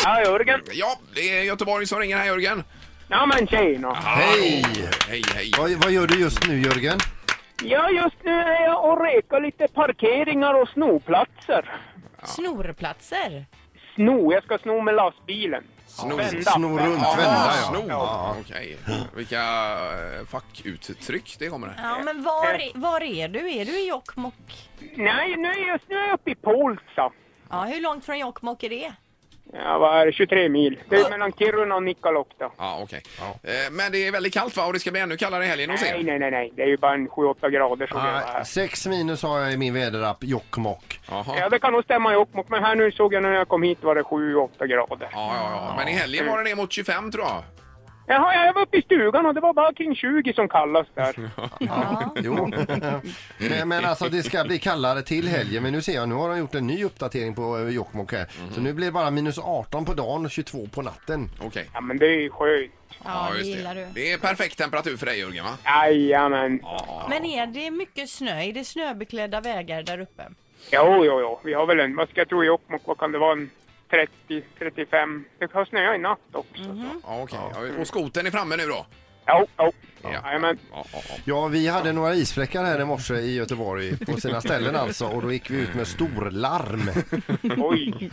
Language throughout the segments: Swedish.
Ja, Jörgen. Ja, det är Göteborg som ringer här, Jörgen. Ja, men tjena. Hej! Hej. Vad gör du just nu, Jörgen? Ja, just nu är jag och rekar lite parkeringar och snoplatser. Snorplatser. Jag ska sno med lastbilen. Vända. Sno runt, vända, ja. Sno. Okej. Vilka fackuttryck det kommer. Ja, men var är du? Är du i Jokkmokk? Nej, nu är jag uppe i Polsa. Ja, hur långt från Jokkmokk är det? Ja, vad är det? 23 mil. Det är mellan Kiruna och Nikkaluokta. Ja, okej. Men det är väldigt kallt, va? Och det ska bli ännu kallare i helgen hos er. Nej. Det är ju bara en 7-8 grader så det är här. 6 minus har jag i min väderapp, Jokkmokk. Ja, det kan nog stämma i Jokkmokk. Men här nu såg jag när jag kom hit var det 7-8 grader. Ja. Men i helgen var det ner mot 25, tror jag. Jaha, jag var uppe i stugan och det var bara kring 20 som kallas där. Ja. Jo. men alltså det ska bli kallare till helgen. Men nu ser jag, nu har de gjort en ny uppdatering på Jokkmokk här. Så nu blir det bara minus 18 på dagen och 22 på natten. Okej. Ja, men det är ju skönt. Ja, det just gillar du. Det är perfekt temperatur för dig, Jörgen, va? Jajamän. Men är det mycket snö? Är det snöbeklädda vägar där uppe? Jo. Vi har väl en, vad ska jag tro i Jokkmokk, vad kan det vara, en 30-35. Det har snöat i natt också. Ja, okej. Och skoten är framme nu då? Jo. Ja. Jajamän. Ja, vi hade några isfläckar här i morse i Göteborg på sina ställen alltså. Och då gick vi ut med storlarm. Oj.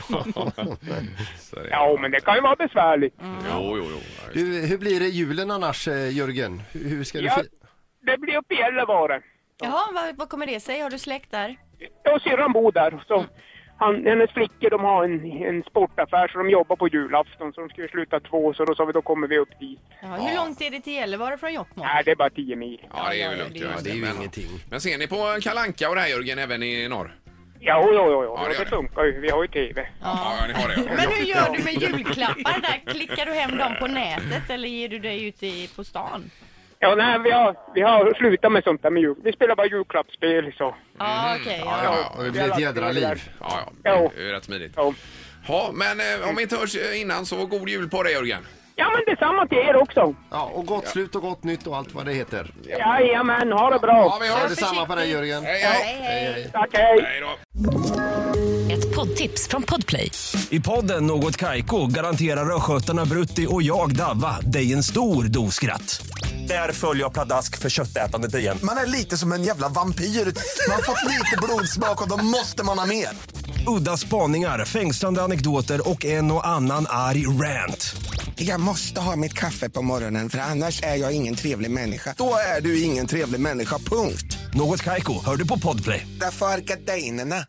Så det- Ja, men det kan ju vara besvärligt. Jo. Hur blir det julen annars, Jörgen? Hur ska du Ja, det blir uppe i Gällivare. Jaha, vad kommer det sig? Har du släkt där? Jag och syrran bor där. Så hennes flickor, de har en sportaffär så de jobbar på julafton. Så de ska sluta 2, så då sa vi då kommer vi upp dit. Ja, hur långt är det till Gällivare från Jokkmokk? Nej, det är bara 10 mil. Ja, det är ju lugnt. det är ju ingenting. Men ser ni på Kalle Anka och det här, Jörgen, även i norr? Jo. Ja, det gör Det det. funkar ju. Vi har ju TV. Ja, ni har det. Men hur gör du med julklappar där? Klickar du hem dem på nätet eller ger du dig ut på stan? Ja, nej, vi har slutat med sånt där med jul. Vi spelar bara julklappsspel så. Ja, okej. Och det blir ett jädra liv. Ja, Jo. det är rätt smidigt. Ja. Ja, men om vi inte hörs innan så god jul på dig, Jörgen. Ja, men detsamma till er också. Ja, och gott slut och gott nytt och allt vad det heter. Jajamän, ha det bra. Ja, vi Ja, hörs. detsamma på dig, Jörgen. Hej. Tack, hej. Hej då. Ett poddtips från Podplay. I podden Något Kaiko garanterar östgötarna Brutti och jag Davva dig en stor dos skratt. Där följer jag pladask för köttätandet igen. Man är lite som en jävla vampyr. Man har fått lite blodsmak och då måste man ha mer. Udda spaningar, fängslande anekdoter och en och annan arg rant. Jag måste ha mitt kaffe på morgonen för annars är jag ingen trevlig människa. Då är du ingen trevlig människa, punkt. Något Kaiko, hör du på Podplay. Därför är gardinerna.